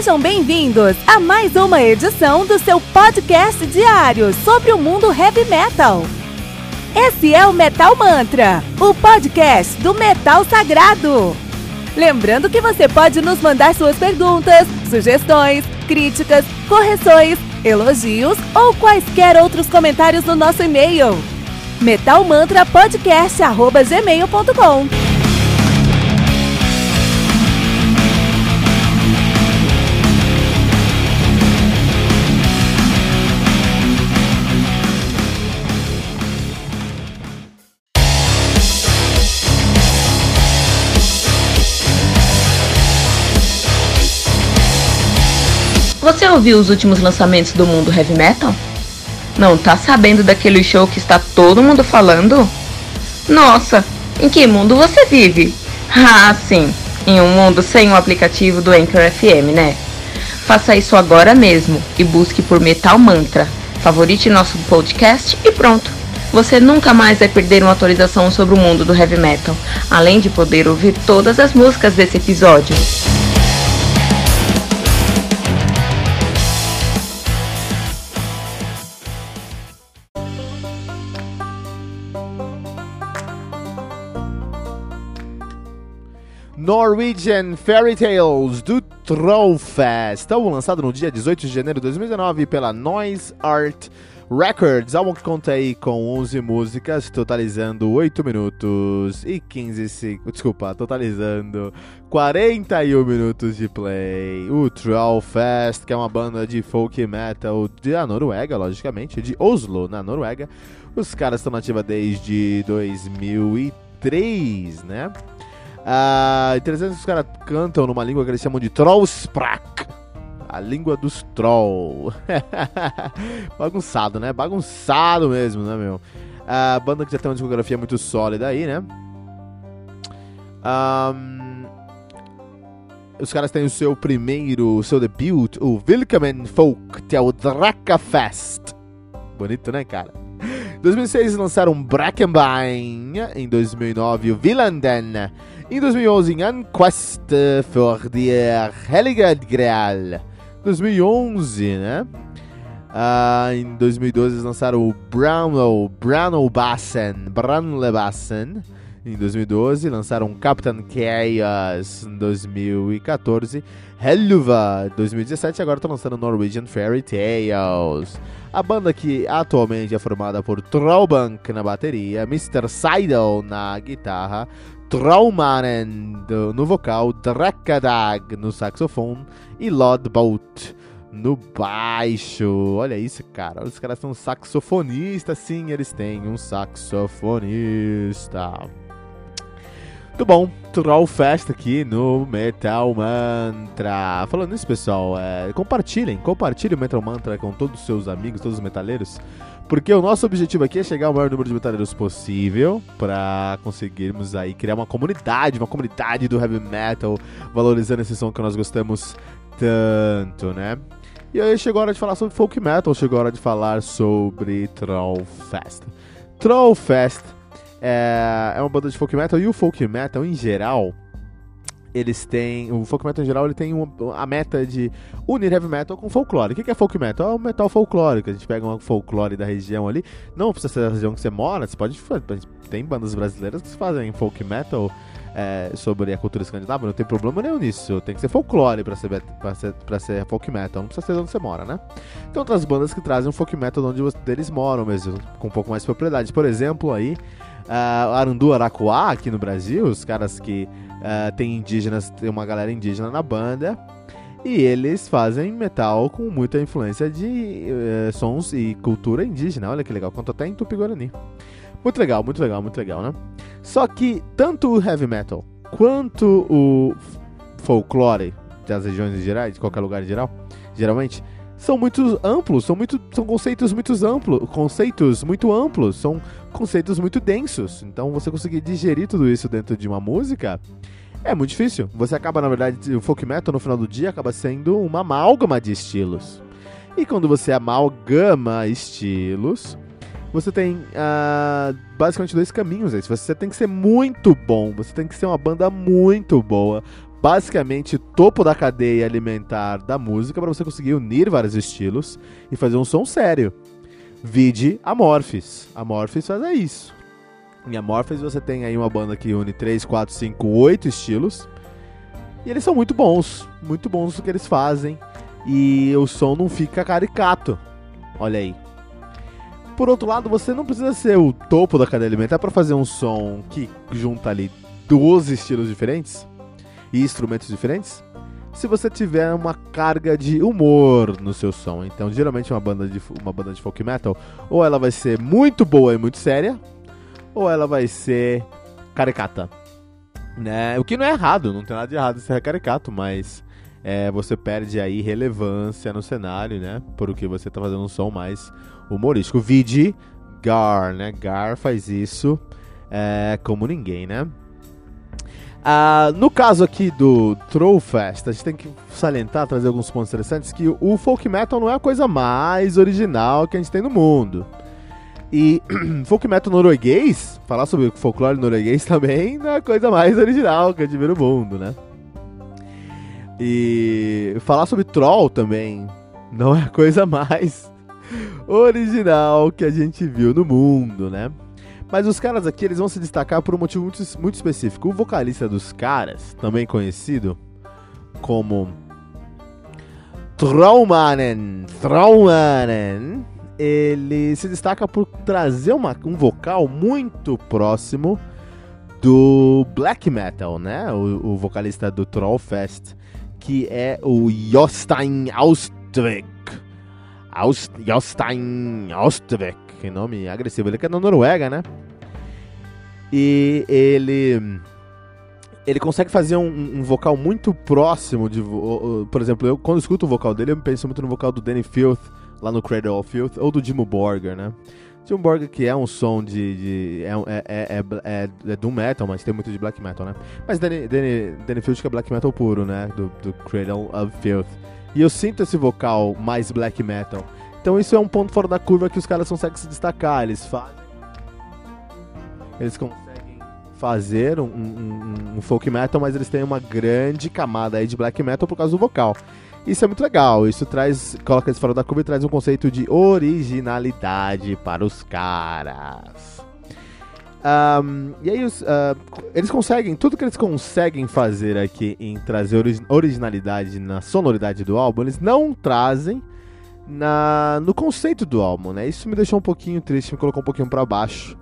Sejam bem-vindos a mais uma edição do seu podcast diário sobre o mundo heavy metal. Esse é o Metal Mantra, o podcast do metal sagrado. Lembrando que você pode nos mandar suas perguntas, sugestões, críticas, correções, elogios ou quaisquer outros comentários no nosso e-mail metalmantrapodcast@gmail.com. Você ouviu os últimos lançamentos do mundo heavy metal? Não tá sabendo daquele show que está todo mundo falando? Nossa, em que mundo você vive? Ah, sim, em um mundo sem o aplicativo do Anchor FM, né? Faça isso agora mesmo e busque por Metal Mantra. Favorite nosso podcast e pronto. Você nunca mais vai perder uma atualização sobre o mundo do heavy metal, além de poder ouvir todas as músicas desse episódio. Norwegian Fairy Tales do Trollfest, álbum lançado no dia 18 de janeiro de 2019 pela Noise Art Records, álbum que conta aí com 11 músicas, totalizando 8 minutos e 15 segundos, desculpa, totalizando 41 minutos de play. O Trollfest, que é uma banda de folk metal da Noruega, logicamente, de Oslo, na Noruega. Os caras estão na ativa desde 2003, né? Interessante que os caras cantam numa língua que eles chamam de Trollsprak, a língua dos troll. Bagunçado, né? Bagunçado mesmo, né, meu? A banda que já tem uma discografia muito sólida aí, né? Os caras têm o seu debut, o Willkommen Folk, que é o Drakafest. Bonito, né, cara? Em 2006 lançaram Brackenbein, em 2009 o Villanden, em 2011 Anquest for the Heilige Graal, 2011, né? Em 2012 eles lançaram o Branlebassen, em 2012 lançaram Captain Chaos, em 2014, Helluva, 2017, e agora estão lançando Norwegian Fairy Tales. A banda que atualmente é formada por Trollbank na bateria, Mr. Seidel na guitarra, Trollmannen no vocal, Drakadag no saxofone e Lodbolt no baixo. Olha isso, cara. Os caras são saxofonistas, sim, eles têm um saxofonista. Muito bom, Trollfest aqui no Metal Mantra. Falando nisso, pessoal, compartilhem o Metal Mantra com todos os seus amigos, todos os metaleiros, porque o nosso objetivo aqui é chegar ao maior número de metaleiros possível para conseguirmos aí criar uma comunidade do heavy metal, valorizando esse som que nós gostamos tanto, né? E aí chegou a hora de falar sobre folk metal, chegou a hora de falar sobre Trollfest. Trollfest é uma banda de folk metal, e o folk metal em geral, o folk metal em geral ele tem a meta de unir heavy metal com folclore. O que é folk metal? É um metal folclórico. A gente pega um folclore da região ali, não precisa ser da região que você mora, tem bandas brasileiras que fazem folk metal sobre a cultura escandinava, não tem problema nenhum nisso. Tem que ser folclore pra ser folk metal, não precisa ser de onde você mora, né? Tem outras bandas que trazem um folk metal de onde eles moram mesmo, com um pouco mais de propriedade. Por exemplo, aí Arandu Araquá, aqui no Brasil, os caras que tem uma galera indígena na banda, e eles fazem metal com muita influência de sons e cultura indígena. Olha que legal, conta até em Tupi-Guarani. Muito legal, né? Só que tanto o heavy metal quanto o folclore das regiões em geral, de qualquer lugar em geral, geralmente, são muito amplos, são conceitos muito amplos, são conceitos muito densos. Então você conseguir digerir tudo isso dentro de uma música é muito difícil. Você acaba, na verdade, o folk metal no final do dia acaba sendo uma amálgama de estilos. E quando você amalgama estilos, você tem basicamente dois caminhos aí. Você tem que ser muito bom, você tem que ser uma banda muito boa basicamente topo da cadeia alimentar da música para você conseguir unir vários estilos e fazer um som sério. Vide Amorphis. Amorphis faz isso. Em Amorphis você tem aí uma banda que une 3, 4, 5, 8 estilos. E eles são muito bons no que eles fazem. E o som não fica caricato. Olha aí. Por outro lado, você não precisa ser o topo da cadeia alimentar para fazer um som que junta ali 12 estilos diferentes e instrumentos diferentes, se você tiver uma carga de humor no seu som. Então, geralmente uma banda de folk metal, ou ela vai ser muito boa e muito séria, ou ela vai ser caricata, né? O que não é errado, não tem nada de errado em ser caricato, mas você perde aí relevância no cenário, né? Porque você tá fazendo um som mais humorístico. Vide Gar, né? Gar faz isso como ninguém, né? No caso aqui do Trollfest, a gente tem que salientar, trazer alguns pontos interessantes, que o folk metal não é a coisa mais original que a gente tem no mundo. E folk metal norueguês, falar sobre folclore norueguês também não é a coisa mais original que a gente vê no mundo, né? E falar sobre troll também não é a coisa mais original que a gente viu no mundo, né? Mas os caras aqui, eles vão se destacar por um motivo muito específico. O vocalista dos caras, também conhecido como Trollmannen, ele se destaca por trazer um vocal muito próximo do black metal, né? O vocalista do Trollfest, que é o Jostein Austvik. Jostein Austvik, que nome agressivo. Ele que é da Noruega, né? E ele consegue fazer um vocal muito próximo de... Por exemplo, eu quando escuto o vocal dele, eu penso muito no vocal do Danny Filth, lá no Cradle of Filth, ou do Dimmu Borgir, né? Dimmu Borgir, que é um som é doom metal, mas tem muito de black metal, né? Mas Danny Filth que é black metal puro, né? Do Cradle of Filth. E eu sinto esse vocal mais black metal. Então isso é um ponto fora da curva que os caras conseguem se destacar. Eles conseguem fazer um folk metal, mas eles têm uma grande camada aí de black metal por causa do vocal. Isso é muito legal, isso coloca eles fora da curva e traz um conceito de originalidade para os caras. E aí eles conseguem, tudo que eles conseguem fazer aqui em trazer originalidade na sonoridade do álbum, eles não trazem no conceito do álbum, né? Isso me deixou um pouquinho triste, me colocou um pouquinho pra baixo.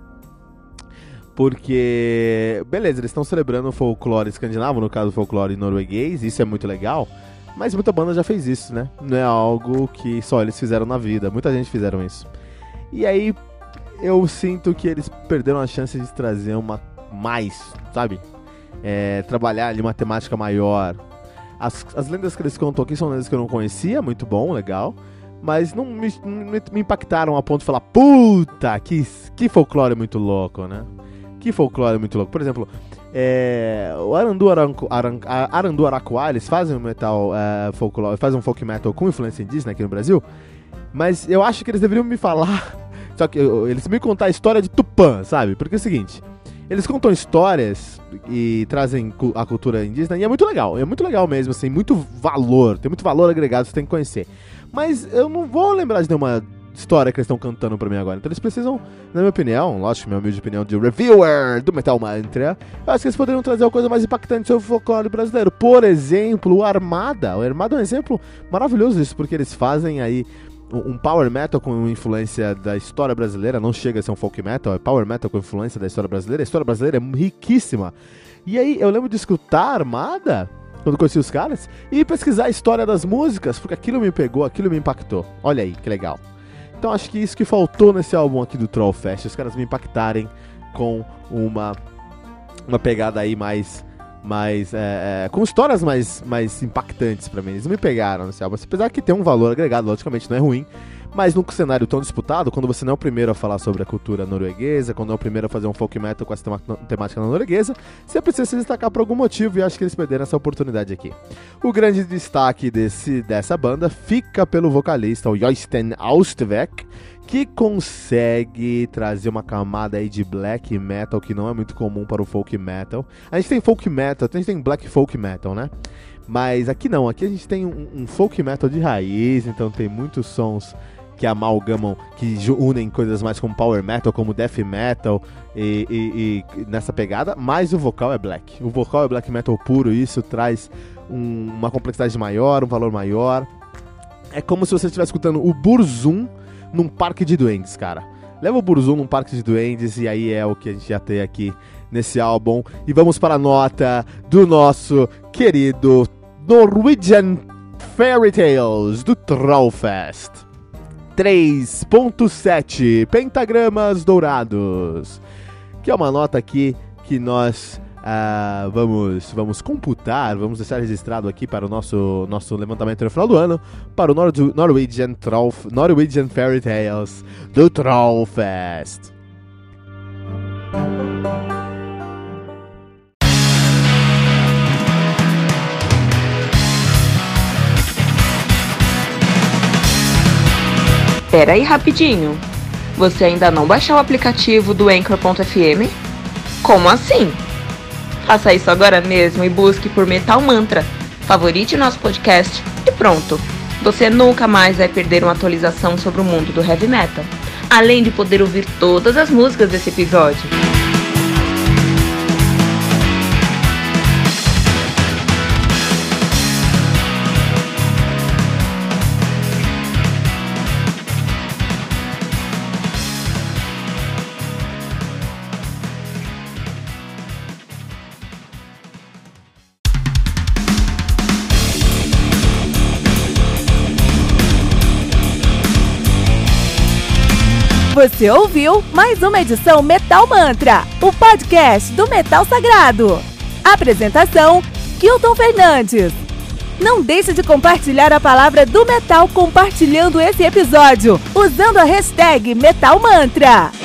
Porque, beleza, eles estão celebrando o folclore escandinavo, no caso o folclore norueguês, isso é muito legal, mas muita banda já fez isso, né? Não é algo que só eles fizeram na vida, muita gente fizeram isso. E aí, eu sinto que eles perderam a chance de trazer sabe? Trabalhar ali uma temática maior. As lendas que eles contam aqui são lendas que eu não conhecia, muito bom, legal. Mas não me impactaram a ponto de falar, puta, que folclore muito louco, né? Que folclore muito louco. Por exemplo, o Arandu Araquá, eles fazem um metal folclore, fazem um folk metal com influência indígena aqui no Brasil. Mas eu acho que eles deveriam me falar, só que eles me contar a história de Tupã, sabe? Porque é o seguinte, eles contam histórias e trazem a cultura indígena e é muito legal mesmo, assim, muito valor, tem muito valor agregado, você tem que conhecer. Mas eu não vou lembrar de nenhuma história que eles estão cantando pra mim agora. Então eles precisam, na minha opinião, lógico, minha humilde opinião de reviewer do Metal Mantra, eu acho que eles poderiam trazer uma coisa mais impactante sobre o folclore brasileiro. Por exemplo, o Armada. O Armada é um exemplo maravilhoso disso, porque eles fazem aí um power metal com influência da história brasileira. Não chega a ser um folk metal, é power metal com influência da história brasileira. A história brasileira é riquíssima. E aí eu lembro de escutar Armada quando conheci os caras, e pesquisar a história das músicas, porque aquilo me pegou, aquilo me impactou. Olha aí, que legal. Então acho que isso que faltou nesse álbum aqui do Trollfest, os caras me impactarem com uma pegada aí mais com histórias mais impactantes pra mim. Eles me pegaram nesse álbum, apesar que tem um valor agregado, logicamente não é ruim, Mas num cenário tão disputado, quando você não é o primeiro a falar sobre a cultura norueguesa, quando é o primeiro a fazer um folk metal com essa temática norueguesa, você precisa se destacar por algum motivo, e acho que eles perderam essa oportunidade aqui. O grande destaque dessa banda fica pelo vocalista, o Joystein Austveck, que consegue trazer uma camada aí de black metal que não é muito comum para o folk metal. A gente tem folk metal, a gente tem black folk metal, né? Mas aqui não, aqui a gente tem um folk metal de raiz, então tem muitos sons que amalgamam, que unem coisas mais como power metal, como death metal e nessa pegada, mas o vocal é black. O vocal é black metal puro, e isso traz uma complexidade maior, um valor maior. É como se você estivesse escutando o Burzum num parque de duendes, cara. Leva o Burzum num parque de duendes, e aí é o que a gente já tem aqui nesse álbum. E vamos para a nota do nosso querido Norwegian Fairy Tales do Trollfest. 3.7 pentagramas dourados, que é uma nota aqui que nós vamos computar, vamos deixar registrado aqui para o nosso levantamento no final do ano, para o Norwegian Fairy Tales do Trollfest. Pera aí rapidinho, você ainda não baixou o aplicativo do Anchor.fm? Como assim? Faça isso agora mesmo e busque por Metal Mantra, favorite o nosso podcast e pronto. Você nunca mais vai perder uma atualização sobre o mundo do heavy metal, além de poder ouvir todas as músicas desse episódio. Você ouviu mais uma edição Metal Mantra, o podcast do Metal Sagrado. Apresentação, Kilton Fernandes. Não deixe de compartilhar a palavra do metal compartilhando esse episódio, usando a hashtag Metal Mantra.